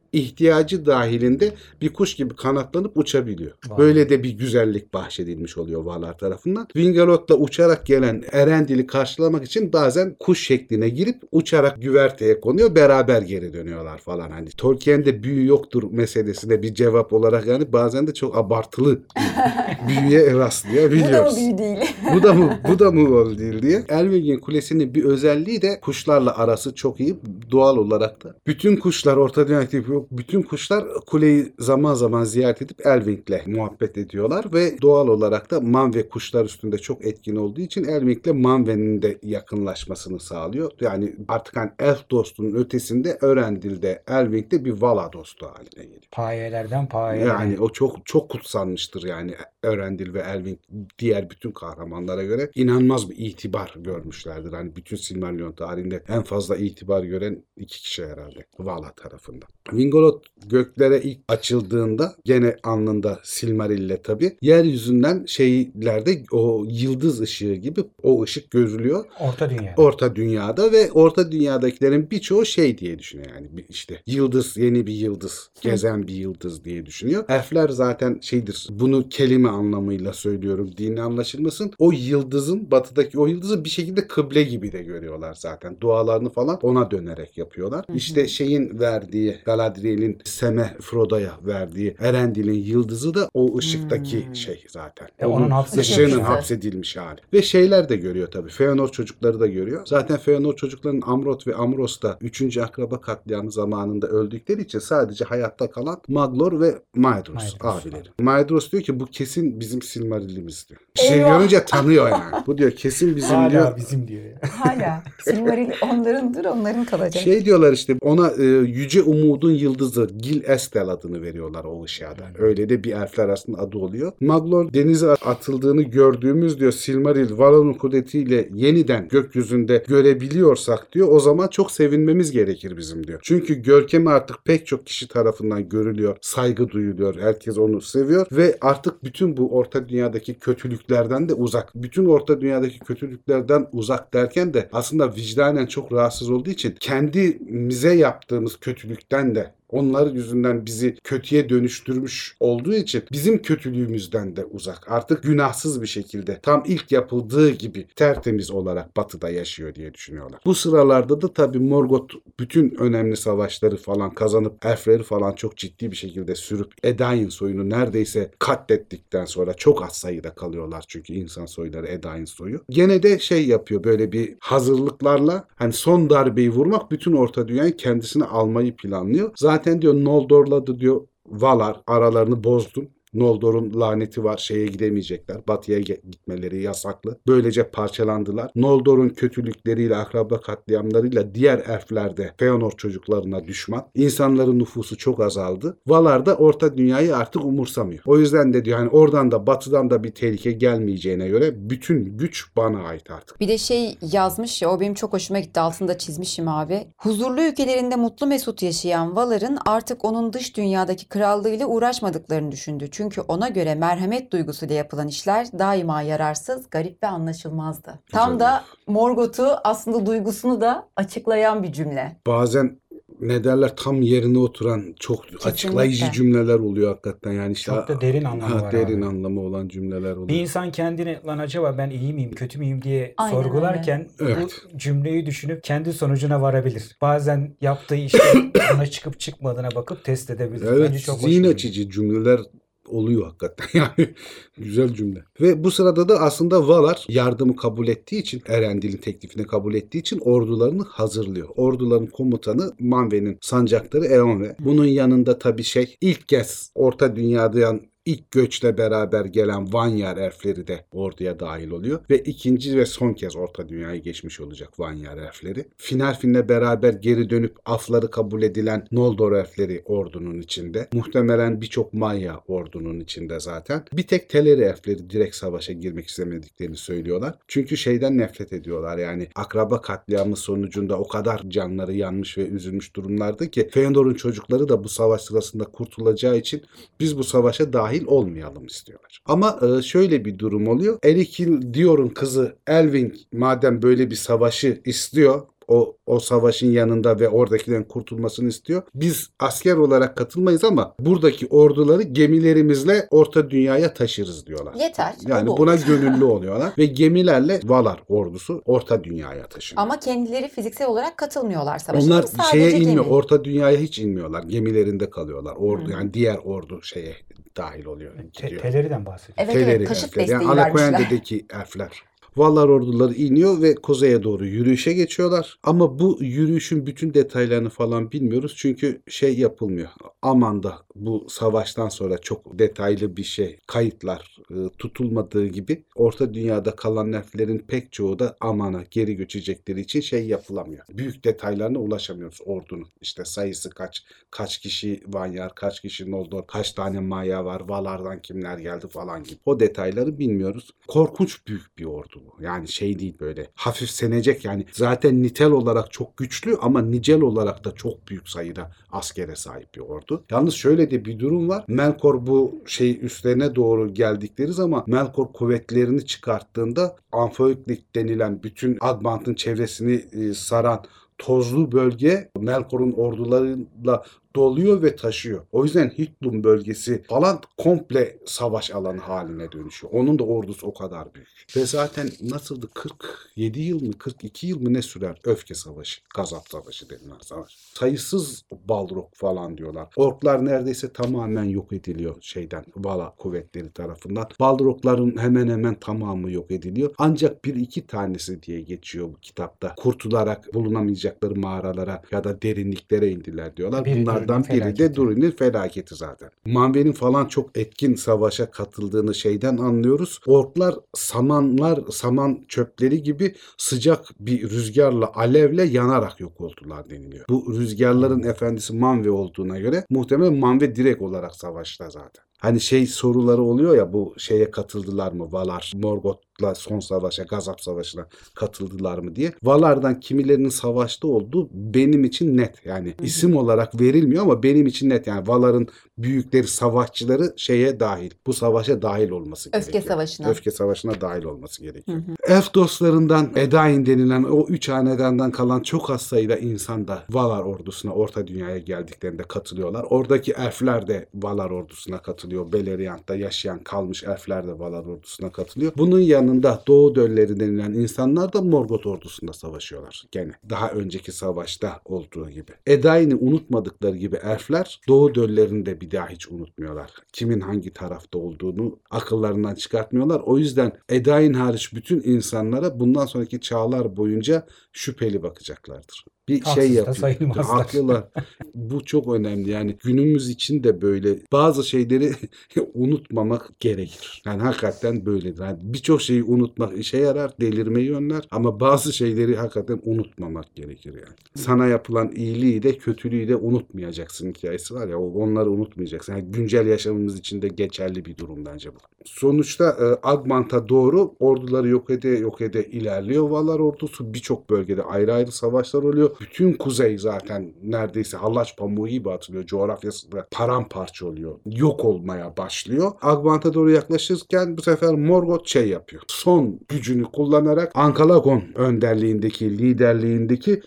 ihtiyacı dahilinde bir kuş gibi kanatlanıp uçabiliyor. Vay. Böyle de bir güzellik bahşedilmiş oluyor Valar tarafından. Wingalot'la uçarak gelen Erendil'i karşılamak için bazen kuş şekline girip uçarak güverteye konuyor. Beraber geri dönüyorlar falan. Hani Tolkien'de büyü yoktur meselesine bir cevap olarak yani bazen de çok abartılı büyüye Bu da rastlayabiliyoruz. mı büyü değil? Bu da mı o değil diye. Elwing'in kulesinin bir özelliği de kuşlarla arası çok iyi. Doğal olarak da. Bütün kuşlar Orta Dünya'daki bütün kuşlar kuleyi zaman zaman ziyaret edip Elwing'le muhabbet ediyorlar ve doğal olarak da Manwe kuşlar üstünde çok etkin olduğu için Elwing'le Manwe'nin de yakınlaşmasını sağlıyor. Yani artık hani elf dostunun ötesinde Örendil'de Elwing'de bir Vala dostu haline geliyor. Payelerden payelere. Yani o çok kutsanmıştır yani Örendil ve Elwing diğer bütün kahramanlara göre inanılmaz bir itibar görmüşlerdir. Hani bütün Silmarillion tarihinde en fazla itibar gören iki kişi herhalde Vala tarafından. Wingalot göklere ilk açıldığında gene alnında Silmarille tabi yeryüzünden şeylerde o yıldız ışığı gibi o ışık görülüyor. Orta Dünya. Orta Dünya'da ve Orta Dünya'dakilerin birçoğu şey diye düşünüyor yani işte yıldız, yeni bir yıldız, gezen bir yıldız diye düşünüyor. Elfler zaten şeydir, bunu kelime anlamıyla söylüyorum, dini anlaşılmasın. O yıldızın, batıdaki o yıldızı bir şekilde kıble gibi de görüyorlar zaten. Dualarını falan ona dönerek yapıyorlar. İşte şeyin verdiği, Galadriel'in Sem'e, Frodo'ya verdiği Erendil'in yıldızı da o ışıktaki şey zaten. Onun hapsedilmiş ışığının hali. hapsedilmiş hali. Ve şeyler de görüyor tabii. Feanor çocukları da görüyor. Zaten Feanor çocukların Amroth ve Amros da 3. akraba katliamı zamanında öldükleri için sadece hayatta kalan Maglor ve Maedhros Maedhros. abileri. Maedhros diyor ki bu kesin bizim Silmarill'imiz diyor. Şey Eyvah. görünce tanıyor yani. Bu diyor kesin bizim Hala diyor. bizim diyor ya. Hala. Silmaril onlarındır, onların kalacak. Şey diyorlar işte ona Yüce Umud'un yıldızı Gil Estel adını veriyorlar o ışığa da. Öyle de bir elfler arasında adı oluyor. Maglor denize atıldığını gördüğümüz diyor Silmaril Varan'ın kudretiyle yeniden gökyüzünde görebiliyorsak diyor o zaman çok sevinmemiz gerekir bizim diyor. Çünkü görkemi artık pek çok kişi tarafından görülüyor, saygı duyuluyor. Herkes onu seviyor ve artık bütün bu Orta Dünya'daki kötülüklerden de uzak. Bütün Orta Dünya'daki kötülüklerden uzak derken de aslında vicdanen çok rahatsız olduğu için kendimize yaptığımız kötülükten de onlar yüzünden bizi kötüye dönüştürmüş olduğu için bizim kötülüğümüzden de uzak. Artık günahsız bir şekilde tam ilk yapıldığı gibi tertemiz olarak batıda yaşıyor diye düşünüyorlar. Bu sıralarda da tabii Morgoth bütün önemli savaşları falan kazanıp elfleri falan çok ciddi bir şekilde sürüp Edain soyunu neredeyse katlettikten sonra çok az sayıda kalıyorlar çünkü insan soyları Edain soyu. Gene de şey yapıyor böyle bir hazırlıklarla hani son darbeyi vurmak bütün Orta Dünyayı kendisine almayı planlıyor. Zaten diyor Noldor'la da diyor Valar aralarını bozdun. Noldor'un laneti var. Şeye gidemeyecekler. Batı'ya gitmeleri yasaklı. Böylece parçalandılar. Noldor'un kötülükleriyle, akraba katliamlarıyla diğer elfler de Feanor çocuklarına düşman. İnsanların nüfusu çok azaldı. Valar da Orta Dünyayı artık umursamıyor. O yüzden de diyor hani oradan da batıdan da bir tehlike gelmeyeceğine göre bütün güç bana ait artık. Bir de şey yazmış ya o benim çok hoşuma gitti altında çizmişim abi. Huzurlu ülkelerinde mutlu mesut yaşayan Valar'ın artık onun dış dünyadaki krallığıyla uğraşmadıklarını düşündü. Çünkü ona göre merhamet duygusuyla yapılan işler daima yararsız, garip ve anlaşılmazdı. Tam da Morgoth'u aslında duygusunu da açıklayan bir cümle. Bazen ne derler tam yerine oturan çok açıklayıcı cümleler oluyor hakikaten yani işte Çok da derin anlamı var derin abi. anlamı olan cümleler oluyor. Bir insan kendini lan acaba ben iyi miyim kötü müyüm diye Aynen sorgularken öyle. bu Evet. cümleyi düşünüp kendi sonucuna varabilir. Bazen yaptığı işte ona çıkıp çıkmadığına bakıp test edebilir. Evet, Bence çok hoş zihin bir açıcı cümleler oluyor hakikaten yani güzel cümle. Ve bu sırada da aslında Valar yardımı kabul ettiği için Erendil'in teklifini kabul ettiği için ordularını hazırlıyor. Orduların komutanı Manwe'nin sancaktarı Eonwe. Bunun yanında tabii ilk kez Orta Dünya'dan İlk göçle beraber gelen Vanyar elfleri de orduya dahil oluyor. Ve ikinci ve son kez Orta Dünya'yı geçmiş olacak Vanyar elfleri. Finarfin'le beraber geri dönüp afları kabul edilen Noldor elfleri ordunun içinde. Muhtemelen birçok Maya ordunun içinde zaten. Bir tek Teleri elfleri direkt savaşa girmek istemediklerini söylüyorlar. Çünkü şeyden nefret ediyorlar yani akraba katliamı sonucunda o kadar canları yanmış ve üzülmüş durumlardı ki Feanor'un çocukları da bu savaş sırasında kurtulacağı için biz bu savaşa dahil olmayalım istiyorlar. Ama şöyle bir durum oluyor. Elendil Dior'un kızı Elwing madem böyle bir savaşı istiyor o savaşın yanında ve oradakilerin kurtulmasını istiyor. Biz asker olarak katılmayız ama buradaki orduları gemilerimizle Orta Dünya'ya taşırız diyorlar. Yeter. Yani o da buna olur. gönüllü oluyorlar ve gemilerle Valar ordusu Orta Dünya'ya taşınıyor. Ama kendileri fiziksel olarak katılmıyorlar savaşa. Onlar Sadece şeye gemi. inmiyor. Orta Dünya'ya hiç inmiyorlar. Gemilerinde kalıyorlar. Ordu yani diğer ordu şeye dahil oluyor. Gidiyor. Teleriden bahsediyor. Evet Teleri, evet, taşıt elfler. Yani desteği vermişler. Alakoyende'deki elfler. Valar orduları iniyor ve kuzeye doğru yürüyüşe geçiyorlar. Ama bu yürüyüşün bütün detaylarını falan bilmiyoruz. Çünkü şey yapılmıyor. Aman'da bu savaştan sonra çok detaylı bir şey, kayıtlar tutulmadığı gibi Orta Dünya'da kalan elflerin pek çoğu da Aman'a geri göçecekleri için şey yapılamıyor. Büyük detaylarına ulaşamıyoruz ordunun. İşte sayısı kaç kişi Vanyar, kaç kişi Noldor, kaç tane Maya var, Valar'dan kimler geldi falan gibi. O detayları bilmiyoruz. Korkunç büyük bir ordu bu. Yani şey değil, böyle hafif senecek, yani zaten nitel olarak çok güçlü ama nicel olarak da çok büyük sayıda askere sahip bir ordu. Yalnız şöyle de bir durum var. Melkor bu şey üstlerine doğru geldikleri zaman Melkor kuvvetlerini çıkarttığında Anfeutlik denilen bütün Agbant'ın çevresini saran tozlu bölge Melkor'un ordularıyla doluyor ve taşıyor. O yüzden Hithlum bölgesi falan komple savaş alanı haline dönüşüyor. Onun da ordusu o kadar büyük. Ve zaten nasıldı? 47 yıl mı 42 yıl mı ne sürer Öfke Savaşı, Gazap Savaşı denilen savaş. Sayısız Balrog falan diyorlar. Orklar neredeyse tamamen yok ediliyor Vala kuvvetleri tarafından. Balrogların hemen hemen tamamı yok ediliyor. Ancak bir iki tanesi diye geçiyor bu kitapta. Kurtularak bulunamayacakları mağaralara ya da derinliklere indiler diyorlar. Bunlardan biri de Durin'in felaketi zaten. Manwe'nin falan çok etkin savaşa katıldığını şeyden anlıyoruz. Orklar saman çöpleri gibi sıcak bir rüzgarla, alevle yanarak yok oldular deniliyor. Bu rüzgarların efendisi Manwe olduğuna göre muhtemelen Manwe direkt olarak savaşta zaten. Hani şey soruları oluyor ya, bu şeye katıldılar mı Valar, Morgoth'la son savaşa, Gazap Savaşı'na katıldılar mı diye. Valar'dan kimilerinin savaşta olduğu benim için net. Yani isim olarak verilmiyor ama benim için net. Yani Valar'ın büyükleri, savaşçıları şeye dahil. Bu savaşa dahil olması gerekiyor. Öfke Savaşı'na dahil olması gerekiyor. Elf dostlarından Edain denilen o 3 haneden kalan çok az sayıda insan da Valar ordusuna Orta Dünya'ya geldiklerinde katılıyorlar. Oradaki elfler de Valar ordusuna katılıyor. Beleriand'da yaşayan kalmış elfler de Valar ordusuna katılıyor. Bunun yanında Doğu Dölleri denilen insanlar da Morgoth ordusunda savaşıyorlar gene. Daha önceki savaşta olduğu gibi. Edain'i unutmadıkları gibi elfler Doğu Döllerini de bir daha hiç unutmuyorlar. Kimin hangi tarafta olduğunu akıllarından çıkartmıyorlar. O yüzden Edain hariç bütün insanlara bundan sonraki çağlar boyunca şüpheli bakacaklardır. Bir Haksız şey da yapıyor. sayılmazlar. Haklılar. Bu çok önemli. Yani günümüz için de böyle bazı şeyleri unutmamak gerekir. Yani hakikaten böyledir. Yani birçok şeyi unutmak işe yarar, delirmeyi önler ama bazı şeyleri hakikaten unutmamak gerekir yani. Sana yapılan iyiliği de kötülüğü de unutmayacaksın hikayesi var ya, onları unutmayacaksın. Yani güncel yaşamımız için de geçerli bir durum bence bu. Sonuçta Agbant'a doğru orduları yok ede ilerliyor. Valar ordusu birçok bölgede ayrı ayrı savaşlar oluyor. Bütün kuzey zaten neredeyse hallaç pamuğu gibi atılıyor. Coğrafyası da paramparça oluyor. Yok olmaya başlıyor. Agbant'a doğru yaklaşırken bu sefer Morgoth şey yapıyor. Son gücünü kullanarak Ankalagon önderliğindeki, liderliğindeki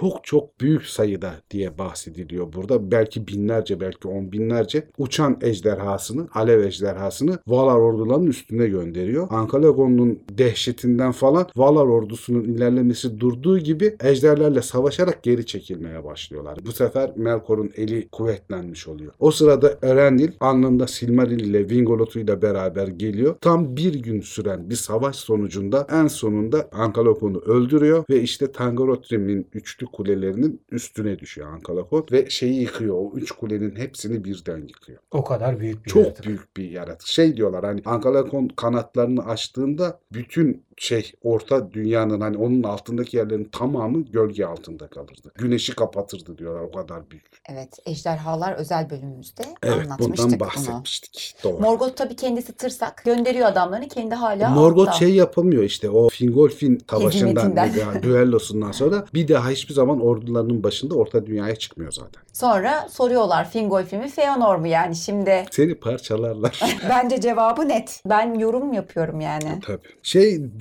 çok büyük sayıda diye bahsediliyor burada. Belki binlerce, belki 10 binlerce uçan ejderhasını, alev ejderhasını Valar ordularının üstüne gönderiyor. Ankalagon'un dehşetinden falan Valar ordusunun ilerlemesi durduğu gibi ejderlerle savaşarak geri çekilmeye başlıyorlar. Bu sefer Melkor'un eli kuvvetlenmiş oluyor. O sırada Erenil alnında Silmaril ile Vingolot'u ile beraber geliyor. Tam bir gün süren bir savaş sonucunda en sonunda Ankalagon'u öldürüyor ve işte Tangorotrim'in üçlü kulelerinin üstüne düşüyor Ankalagon ve şeyi yıkıyor. O 3 kulenin hepsini birden yıkıyor. O kadar büyük bir Çok yaratık. büyük bir yaratık. Şey diyorlar, hani Ankalagon kanatlarını açtığında bütün Orta Dünya'nın hani onun altındaki yerlerin tamamı gölge altında kalırdı. Güneşi kapatırdı diyorlar, o kadar büyük. Evet, ejderhalar özel bölümümüzde Evet, anlatmıştık bundan bunu. bahsetmiştik. Doğru. Morgoth tabii kendisi tırsak. Gönderiyor adamlarını, kendi hala Morgoth altta. yapamıyor işte, o Fingolfin savaşından Hizmetinden. veya düellosundan sonra bir daha hiçbir zaman ordularının başında Orta Dünya'ya çıkmıyor zaten. Sonra soruyorlar Fingolfin mi Feanor mu, yani şimdi Seni parçalarlar. bence cevabı net. Ben yorum yapıyorum yani. Tabii.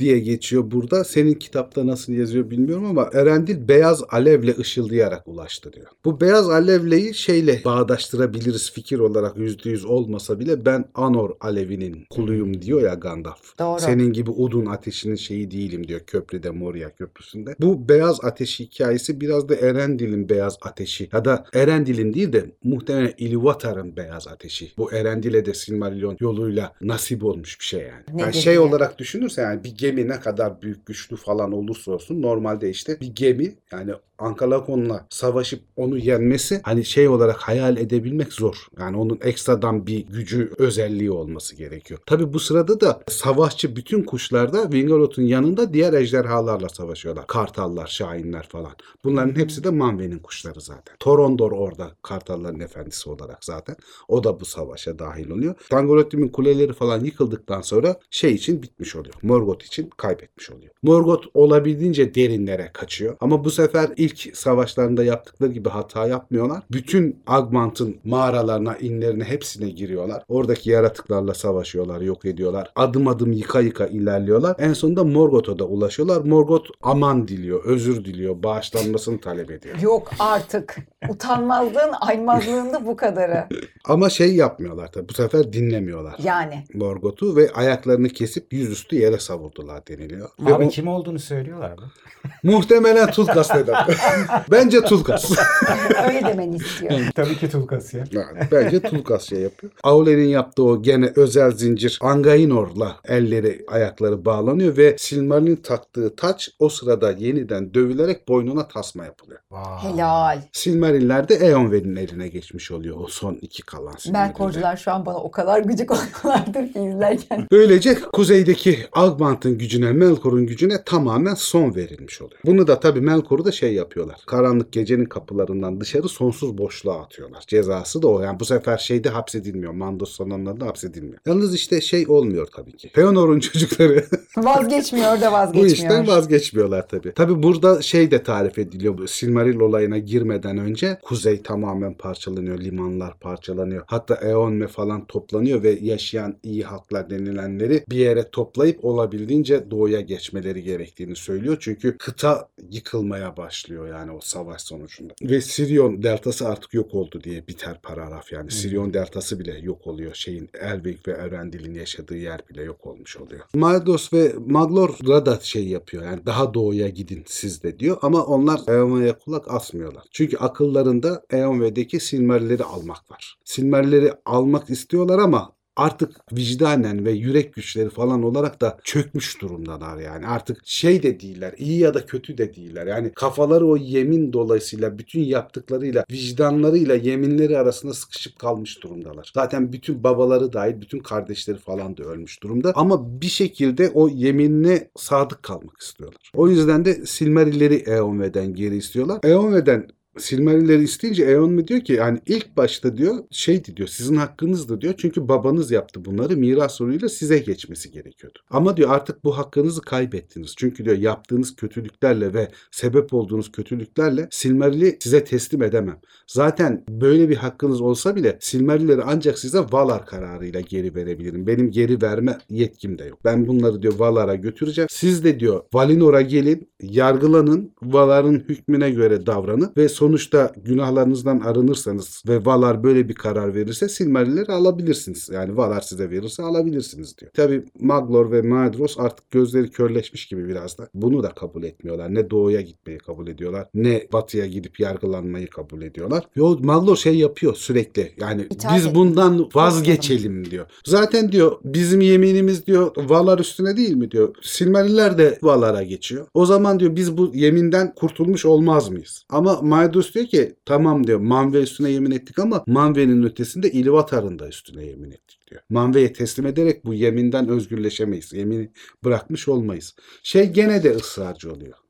diye geçiyor burada. Senin kitapta nasıl yazıyor bilmiyorum ama Erendil beyaz alevle ışıldayarak ulaştı diyor. Bu beyaz alevleyi şeyle bağdaştırabiliriz fikir olarak %100 olmasa bile ben Anor alevinin kuluyum diyor ya Gandalf. Doğru. Senin gibi odun ateşinin şeyi değilim diyor köprüde Moria köprüsünde. Bu beyaz ateşi hikayesi biraz da Erendil'in beyaz ateşi ya da Erendil'in değil de muhtemelen Ilúvatar'ın beyaz ateşi. Bu Erendil'e de Silmarillion yoluyla nasip olmuş bir şey yani. Ne Yani dedi şey ya? olarak düşünürsen yani bir gemi ne kadar büyük güçlü falan olursa olsun normalde işte bir gemi yani Ankalakon'la savaşıp onu yenmesi hani şey olarak hayal edebilmek zor. Yani onun ekstradan bir gücü, özelliği olması gerekiyor. Tabi bu sırada da savaşçı bütün kuşlar da Wingarot'un yanında diğer ejderhalarla savaşıyorlar. Kartallar, şahinler falan. Bunların hepsi de Manwë'nin kuşları zaten. Torondor orada kartalların efendisi olarak zaten. O da bu savaşa dahil oluyor. Tangorothim'in kuleleri falan yıkıldıktan sonra şey için bitmiş oluyor. Morgoth için kaybetmiş oluyor. Morgoth olabildiğince derinlere kaçıyor. Ama bu sefer ilk savaşlarında yaptıkları gibi hata yapmıyorlar. Bütün Agmant'ın mağaralarına, inlerine hepsine giriyorlar. Oradaki yaratıklarla savaşıyorlar, yok ediyorlar. Adım adım yıka yıka ilerliyorlar. En sonunda Morgoth'a da ulaşıyorlar. Morgoth aman diliyor, özür diliyor, bağışlanmasını talep ediyor. Yok artık. Utanmazlığın aymazlığında bu kadarı. Ama şey yapmıyorlar tabii. Bu sefer dinlemiyorlar. Yani. Morgoth'u ve ayaklarını kesip yüzüstü yere savurdular deniliyor. Ve Abi o- kim olduğunu söylüyorlar mı? muhtemelen Tulkas dedim. Bence Tulkas. Öyle demeni istiyor. Tabii ki Tulkas ya. Yani bence Tulkas şey yapıyor. Aule'nin yaptığı o gene özel zincir Angainor'la elleri ayakları bağlanıyor ve Silmaril'in taktığı taç o sırada yeniden dövülerek boynuna tasma yapılıyor. Helal. Silmariller de Eowyn'in eline geçmiş oluyor o son iki kalan Silmariller. Melkorcular şu an bana o kadar gıcık oluyorlardır ki izlerken. Böylece kuzeydeki Agmant'ın gücüne, Melkor'un gücüne tamamen son verilmiş oluyor. Bunu da tabii Melkor'u da şey yapıyorlar. Karanlık gecenin kapılarından dışarı sonsuz boşluğa atıyorlar. Cezası da o. Yani bu sefer şeyde hapsedilmiyor. Mandos salonlarında hapsedilmiyor. Yalnız işte şey olmuyor tabii ki. Feanor'un çocukları Vazgeçmiyor da bu vazgeçmiyor. işten vazgeçmiyorlar tabii. Tabii burada şey de tarif ediliyor. Bu Silmaril olayına girmeden önce kuzey tamamen parçalanıyor. Limanlar parçalanıyor. Hatta Eonme falan toplanıyor ve yaşayan iyi halklar denilenleri bir yere toplayıp olabildiğince doğuya geçmeleri gerektiğini söylüyor. Çünkü kıta yıkılmaya başlıyor yani o savaş sonucunda. Ve Sirion deltası artık yok oldu diye biter paragraf yani. Sirion deltası bile yok oluyor. Şeyin Elvic ve Erendil'in yaşadığı yer bile yok olmuş oluyor. Maldos ve Maglor'la da şey yapıyor. Yani daha doğuya gidin siz de diyor. Ama onlar Eowyn'e kulak asmıyorlar. Çünkü akıllarında Eowyn'deki Silmarilleri almak var. Silmarilleri almak istiyorlar ama artık vicdanen ve yürek güçleri falan olarak da çökmüş durumdalar yani. Artık şey de değiller, iyi ya da kötü de değiller. Yani kafaları o yemin dolayısıyla bütün yaptıklarıyla, vicdanlarıyla yeminleri arasında sıkışıp kalmış durumdalar. Zaten bütün babaları dahil bütün kardeşleri falan da ölmüş durumda. Ama bir şekilde o yeminine sadık kalmak istiyorlar. O yüzden de Silmarilleri Eowyn'den geri istiyorlar. Eowyn'den Silmarilleri isteyince Eowyn diyor ki yani ilk başta diyor şeydi diyor sizin hakkınızdı diyor çünkü babanız yaptı bunları miras yoluyla size geçmesi gerekiyordu. Ama diyor artık bu hakkınızı kaybettiniz. Çünkü diyor yaptığınız kötülüklerle ve sebep olduğunuz kötülüklerle Silmaril'i size teslim edemem. Zaten böyle bir hakkınız olsa bile Silmarilleri ancak size Valar kararıyla geri verebilirim. Benim geri verme yetkim de yok. Ben bunları diyor Valar'a götüreceğim. Siz de diyor Valinor'a gelin, yargılanın, Valar'ın hükmüne göre davranın ve sonuçta günahlarınızdan arınırsanız ve Valar böyle bir karar verirse Silmarilleri alabilirsiniz. Yani Valar size verirse alabilirsiniz diyor. Tabi Maglor ve Maedhros artık gözleri körleşmiş gibi biraz da. Bunu da kabul etmiyorlar. Ne doğuya gitmeyi kabul ediyorlar ne batıya gidip yargılanmayı kabul ediyorlar. Ve o Maglor şey yapıyor sürekli. Yani İtaat biz edin. bundan vazgeçelim diyor. Zaten diyor bizim yeminimiz diyor Valar üstüne değil mi diyor. Silmariller de Valar'a geçiyor. O zaman diyor biz bu yeminden kurtulmuş olmaz mıyız? Ama Maedhros diyor ki tamam diyor Manwë üstüne yemin ettik ama Manwë'nin ötesinde Ilúvatar'ın da üstüne yemin ettik diyor. Manwë'ye teslim ederek bu yeminden özgürleşemeyiz. Yemini bırakmış olmayız. Şey gene de ısrarcı oluyor.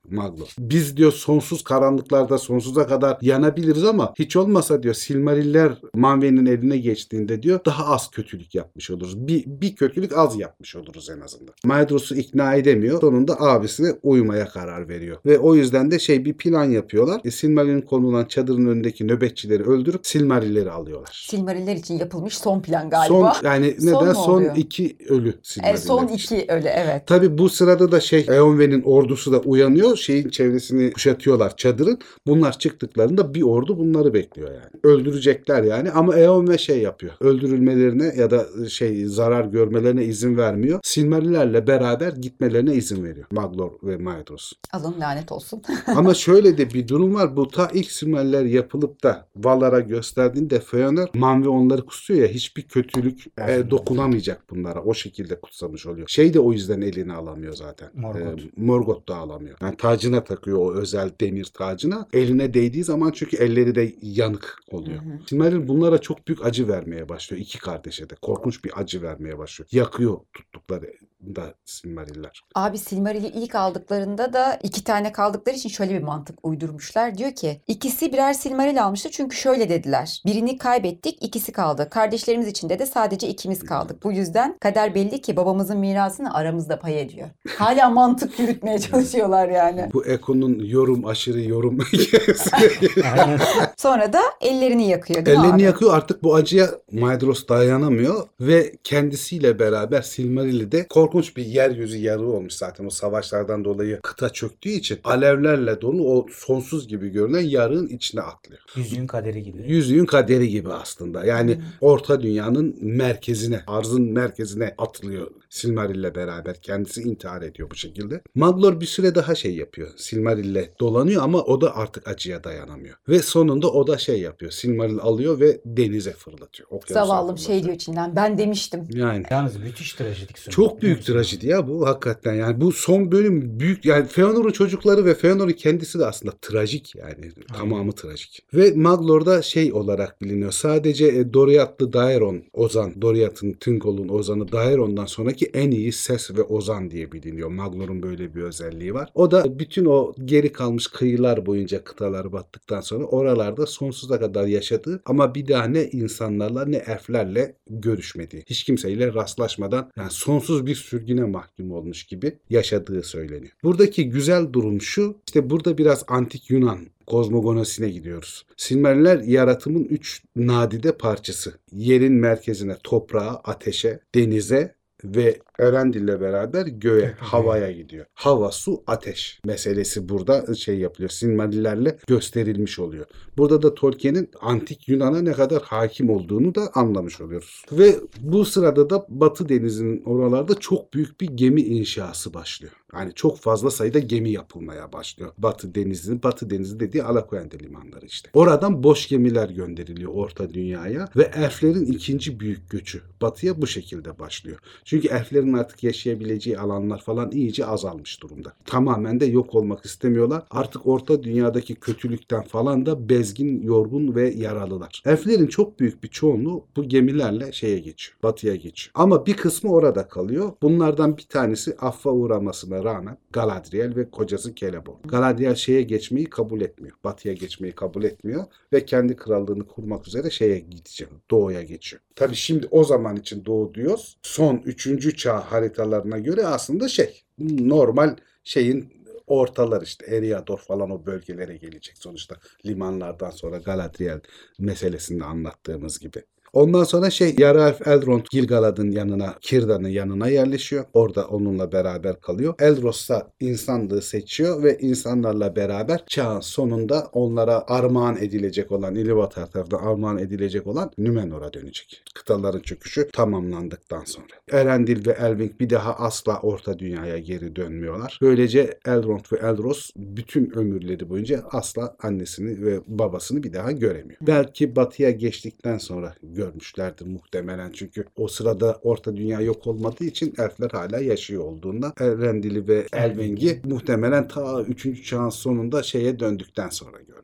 Maglor. Biz diyor sonsuz karanlıklarda sonsuza kadar yanabiliriz ama hiç olmasa diyor Silmariller Manwë'nin eline geçtiğinde diyor daha az kötülük yapmış oluruz. Bir kötülük az yapmış oluruz en azından. Maedhos'u ikna edemiyor. Sonunda abisine uymaya karar veriyor. Ve o yüzden de bir plan yapıyorlar. Silmaril'in konulan çadırın önündeki nöbetçileri öldürüp Silmarilleri alıyorlar. Silmariller için yapılmış son plan galiba. Yani Son neden? mu Son oluyor? 2 ölü Silmariller Son için. 2 öyle, evet. Tabi bu sırada da Eowyn'in ordusu da uyanıyor. Şeyin çevresini kuşatıyorlar çadırın. Bunlar çıktıklarında bir ordu bunları bekliyor yani. Öldürecekler yani ama Eowyn yapıyor. Öldürülmelerine ya da zarar görmelerine izin vermiyor. Silmarillerle beraber gitmelerine izin veriyor. Maglor ve Maedhros. Alın lanet olsun. Ama şöyle de bir durum var. Bu ta ilk Silmariller yapılıp da Valar'a gösterdiğinde Fëanor Manwë onları kutsuyor ya, hiçbir kötülük dokunamayacak bunlara. O şekilde kutsamış oluyor. De o yüzden eline alamıyor zaten. Morgoth da alamıyor. Yani tacına takıyor, o özel demir tacına. Eline değdiği zaman çünkü elleri de yanık oluyor. Silmaril bunlara çok büyük acı vermeye başlıyor. İki kardeşe de korkunç bir acı vermeye başlıyor. Yakıyor tuttukları da Silmariller. Abi Silmaril'i ilk aldıklarında da 2 tane kaldıkları için şöyle bir mantık uydurmuşlar. Diyor ki ikisi birer Silmaril almıştı çünkü şöyle dediler. Birini kaybettik, ikisi kaldı. Kardeşlerimiz içinde de sadece ikimiz kaldık. Bu yüzden kader belli ki babamızın mirasını aramızda pay ediyor. Hala mantık yürütmeye çalışıyorlar yani. Bu Eko'nun aşırı yorum. Sonra da ellerini yakıyor değil mi Ellerini abi? yakıyor. Artık bu acıya Maedhros dayanamıyor ve kendisiyle beraber Silmaril'i de korkunç bir yeryüzü yarığı olmuş zaten o savaşlardan dolayı kıta çöktüğü için alevlerle dolu o sonsuz gibi görünen yarığın içine atlıyor. Yüzüğün kaderi gibi. Yüzüğün kaderi gibi aslında. Yani Orta Dünya'nın merkezine, arzın merkezine atılıyor Silmaril'le beraber. Kendisi intihar ediyor bu şekilde. Maglor bir süre daha yapıyor. Silmaril'le dolanıyor ama o da artık acıya dayanamıyor. Ve sonunda o da yapıyor. Silmaril alıyor ve denize fırlatıyor. Okyanusa Zavallım fırlatıyor. diyor içinden. Ben demiştim. Yani. Yalnız müthiş trajedik sonu. Çok büyük trajedi ya bu hakikaten. Yani bu son bölüm büyük. Yani Fëanor'un çocukları ve Fëanor'un kendisi de aslında trajik yani. Tamamı trajik. Ve Maglor'da olarak biliniyor. Sadece Doriath'lı Daeron Ozan, Doriath'ın Thingol'un Ozan'ı Daeron'dan sonraki en iyi ses ve ozan diye biliniyor. Maglor'un böyle bir özelliği var. O da bütün o geri kalmış kıyılar boyunca kıtalar battıktan sonra oralarda sonsuza kadar yaşadığı ama bir daha ne insanlarla ne elflerle görüşmediği, hiç kimseyle rastlaşmadan yani sonsuz bir sürgüne mahkum olmuş gibi yaşadığı söyleniyor. Buradaki güzel durum şu, burada biraz antik Yunan kozmogonosine gidiyoruz. Silmariller yaratımın 3 nadide parçası. Yerin merkezine, toprağa, ateşe, denize ve Elendil'le beraber göğe, havaya gidiyor. Hava, su, ateş meselesi burada yapılıyor. Silmarillerle gösterilmiş oluyor. Burada da Tolkien'in antik Yunan'a ne kadar hakim olduğunu da anlamış oluyoruz. Ve bu sırada da Batı Denizi'nin oralarda çok büyük bir gemi inşası başlıyor. Yani çok fazla sayıda gemi yapılmaya başlıyor. Batı Denizi dediği Alakoyende limanları işte. Oradan boş gemiler gönderiliyor Orta Dünya'ya ve elflerin ikinci büyük göçü batıya bu şekilde başlıyor. Çünkü elflerin artık yaşayabileceği alanlar falan iyice azalmış durumda. Tamamen de yok olmak istemiyorlar. Artık Orta Dünya'daki kötülükten falan da bezgin, yorgun ve yaralılar. Elflerin çok büyük bir çoğunluğu bu gemilerle geçiyor. Batıya geçiyor. Ama bir kısmı orada kalıyor. Bunlardan bir tanesi affa uğramasına rağmen Galadriel ve kocası Celeborn. Galadriel geçmeyi kabul etmiyor. Batıya geçmeyi kabul etmiyor ve kendi krallığını kurmak üzere gidecek. Doğuya geçiyor. Tabii şimdi o zaman için doğu diyoruz. Son 3. çağ haritalarına göre aslında normal ortalar Eriador falan o bölgelere gelecek sonuçta. Limanlardan sonra Galadriel meselesini anlattığımız gibi. Ondan sonra yarı elf Elrond Gil-galad'ın yanına, Círdan'ın yanına yerleşiyor. Orada onunla beraber kalıyor. Elros da insanlığı seçiyor ve insanlarla beraber çağın sonunda onlara armağan edilecek olan, Ilúvatar tarafından armağan edilecek olan Númenor'a dönecek. Kıtaların çöküşü tamamlandıktan sonra. Elendil ve Elwing bir daha asla Orta Dünya'ya geri dönmüyorlar. Böylece Elrond ve Elros bütün ömürleri boyunca asla annesini ve babasını bir daha göremiyor. Belki batıya geçtikten sonra görmüşlerdir muhtemelen. Çünkü o sırada Orta Dünya yok olmadığı için elfler hala yaşıyor olduğunda Elendil'i ve Elwing'i muhtemelen ta 3. çağın sonunda döndükten sonra görmüş.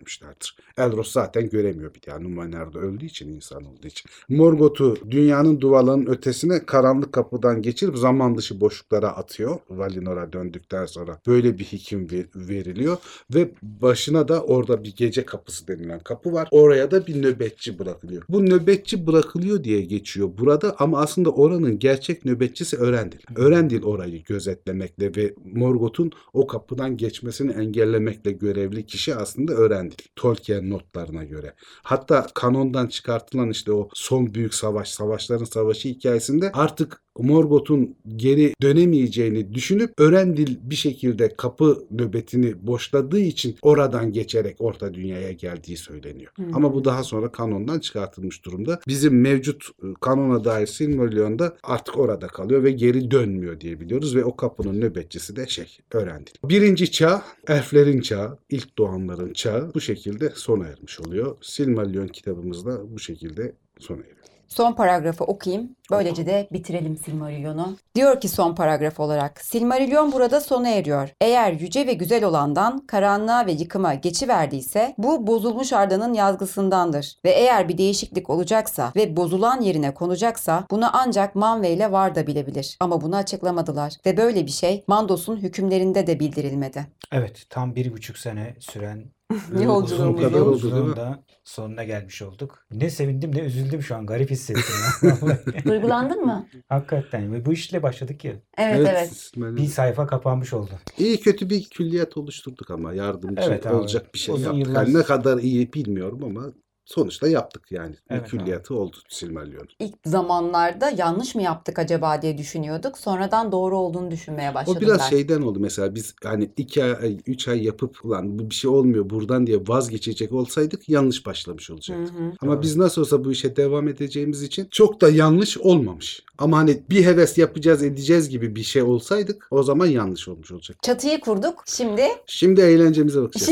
görmüşlerdir. Elros zaten göremiyor bir daha. Numenor da öldüğü için, insan olduğu için. Morgoth'u dünyanın duvarlarının ötesine karanlık kapıdan geçirip zaman dışı boşluklara atıyor. Valinor'a döndükten sonra böyle bir hüküm veriliyor ve başına da orada bir gece kapısı denilen kapı var. Oraya da bir nöbetçi bırakılıyor. Bu nöbetçi bırakılıyor diye geçiyor burada ama aslında oranın gerçek nöbetçisi Örendil. Örendil orayı gözetlemekle ve Morgoth'un o kapıdan geçmesini engellemekle görevli kişi aslında Örendil. Tolkien notlarına göre. Hatta kanondan çıkartılan işte o son büyük savaş, savaşların savaşı hikayesinde artık Morgoth'un geri dönemeyeceğini düşünüp Örendil bir şekilde kapı nöbetini boşladığı için oradan geçerek Orta Dünya'ya geldiği söyleniyor. Ama bu daha sonra kanondan çıkartılmış durumda. Bizim mevcut kanona dair Silmarillion'da artık orada kalıyor ve geri dönmüyor diye biliyoruz ve o kapının nöbetçisi de Örendil. Birinci çağ, elflerin çağı, ilk doğanların çağı bu şekilde sona ermiş oluyor. Silmarillion kitabımızda bu şekilde sona eriyor. Son paragrafı okuyayım. Böylece de bitirelim Silmarillion'u. Diyor ki son paragraf olarak, Silmarillion burada sona eriyor. Eğer yüce ve güzel olandan karanlığa ve yıkıma geçiverdiyse bu bozulmuş Arda'nın yazgısındandır. Ve eğer bir değişiklik olacaksa ve bozulan yerine konacaksa bunu ancak Manwe ile Varda bilebilir. Ama bunu açıklamadılar. Ve böyle bir şey Mandos'un hükümlerinde de bildirilmedi. Evet, tam 1,5 sene süren Yolculuğumuz uzun bir oldu, değil mi? yolculuğun da sonuna gelmiş olduk. Ne sevindim ne üzüldüm şu an. Garip hissettim ya. Vallahi. Duygulandın mı? Hakikaten. Ve bu işle başladık ya. Evet. Bir sayfa kapanmış oldu. İyi kötü bir külliyat oluşturduk ama yardımcı Evet abi. olacak bir şey Uzun yaptık. yıllar- Yani ne kadar iyi bilmiyorum ama sonuçta yaptık yani. Evet Bir külliyatı oldu Silmarillion. İlk zamanlarda yanlış mı yaptık acaba diye düşünüyorduk. Sonradan doğru olduğunu düşünmeye başladım O biraz ben. şeyden oldu mesela biz hani 2 ay 3 ay yapıp ulan bu bir şey olmuyor buradan diye vazgeçecek olsaydık yanlış başlamış olacaktı. Ama Doğru. biz nasıl olsa bu işe devam edeceğimiz için çok da yanlış olmamış. Ama hani bir heves yapacağız edeceğiz gibi bir şey olsaydık o zaman yanlış olmuş olacak. Çatıyı kurduk. Şimdi eğlencemize bakacağız.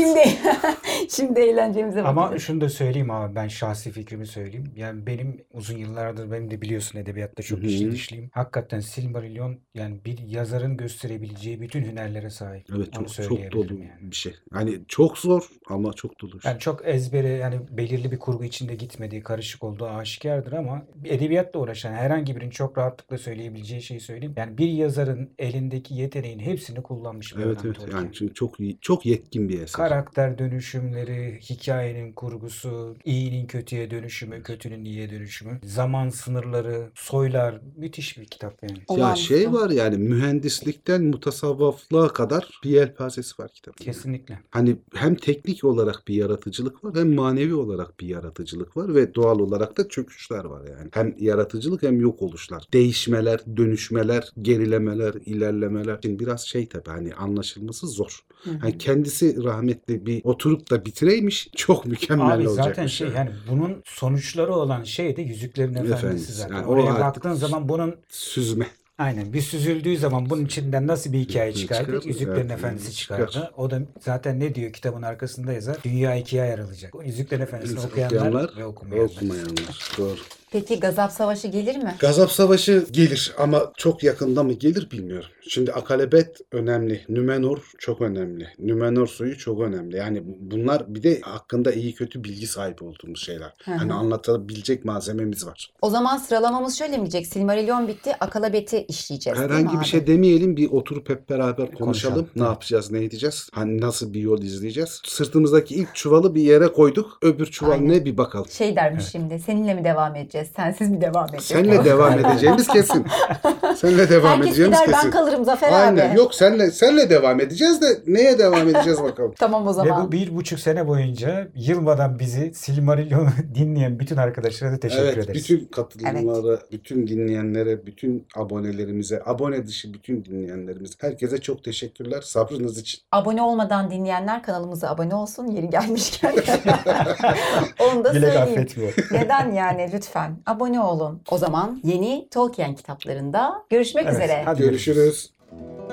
Şimdi eğlencemize Ama bakacağız. şunu da söyleyeyim abi, ben şahsi fikrimi söyleyeyim. Yani benim uzun yıllardır, benim de biliyorsun edebiyatta çok Hı hı. içli dışlıyım. Hakikaten Silmarillion yani bir yazarın gösterebileceği bütün hünerlere sahip. Evet Onu çok söyleyebilirim dolu yani. bir şey. Hani çok zor ama çok dolu. Yani çok ezbere, yani belirli bir kurgu içinde gitmediği, karışık olduğu aşikardır ama edebiyatla uğraşan herhangi birinin çok rahatlıkla söyleyebileceği şeyi söyleyeyim. Yani bir yazarın elindeki yeteneğin hepsini kullanmış bir Evet adam evet Tolkien. yani çünkü çok yetkin bir eser. Karakter dönüşümleri, hikayenin kurgusu, iyinin kötüye dönüşümü, kötünün iyiye dönüşümü, zaman sınırları, soylar, müthiş bir kitap yani. Ya Olağanüstü. şey var yani mühendislikten mutasavvıflığa kadar bir yelpazesi var kitabın. Kesinlikle. Hani hem teknik olarak bir yaratıcılık var hem manevi olarak bir yaratıcılık var ve doğal olarak da çöküşler var yani. Hem yaratıcılık hem yok oluşlar. Değişmeler, dönüşmeler, gerilemeler, ilerlemeler. Şimdi biraz şey tabii hani anlaşılması zor. Hani kendisi rahmetli bir oturup da bitireymiş çok mükemmel Abi olacakmış. zaten şey yani bunun sonuçları olan şey de Yüzüklerin Efendisi Efendisi. zaten. Yani o Oraya artık baktığın zaman bunun süzme. aynen bir süzüldüğü zaman bunun içinden nasıl bir hikaye çıkardı? Çıkar, Yüzüklerin evet, Efendisi çıkar. çıkardı. O da zaten ne diyor kitabın arkasında yazar? Dünya ikiye ayrılacak. O Yüzüklerin Efendisi'ni okuyanlar ve okumayanlar. Doğru. Peki Gazap Savaşı gelir mi? Gazap Savaşı gelir ama çok yakında mı gelir bilmiyorum. Şimdi Akalebet önemli. Numenor çok önemli. Numenor suyu çok önemli. Yani bunlar bir de hakkında iyi kötü bilgi sahibi olduğumuz şeyler. Hani anlatabilecek malzememiz var. O zaman sıralamamız şöyle mi diyecek? Silmarillion bitti, Akalabet'i işleyeceğiz değil mi Herhangi bir abi? şey demeyelim. Bir oturup hep beraber konuşalım. Konuşalım. Ne yapacağız, ne edeceğiz? Hani nasıl bir yol izleyeceğiz? Sırtımızdaki ilk çuvalı bir yere koyduk. Öbür çuval Aynen. ne bir bakalım. Şey dermiş şimdi, seninle mi devam edeceğiz, sensiz mi devam edeceğiz? Senle devam edeceğimiz kesin. Senle devam Herkes edeceğimiz gider, kesin. ben kalırım Zafer Aynen. abi. Yok senle devam edeceğiz de neye devam edeceğiz bakalım. Tamam o Ve zaman. bu 1,5 sene boyunca yılmadan bizi Silmarillion'u dinleyen bütün arkadaşlara da teşekkür Evet, ederiz. bütün katılımlara, bütün dinleyenlere, bütün abonelerimize, abone dışı bütün dinleyenlerimize, herkese çok teşekkürler sabrınız için. Abone olmadan dinleyenler kanalımıza abone olsun yeri gelmişken. Onu da Dilek söyleyeyim. affetmiyor. Neden yani lütfen abone olun. O zaman yeni Tolkien kitaplarında görüşmek Evet, üzere. hadi Görüşürüz.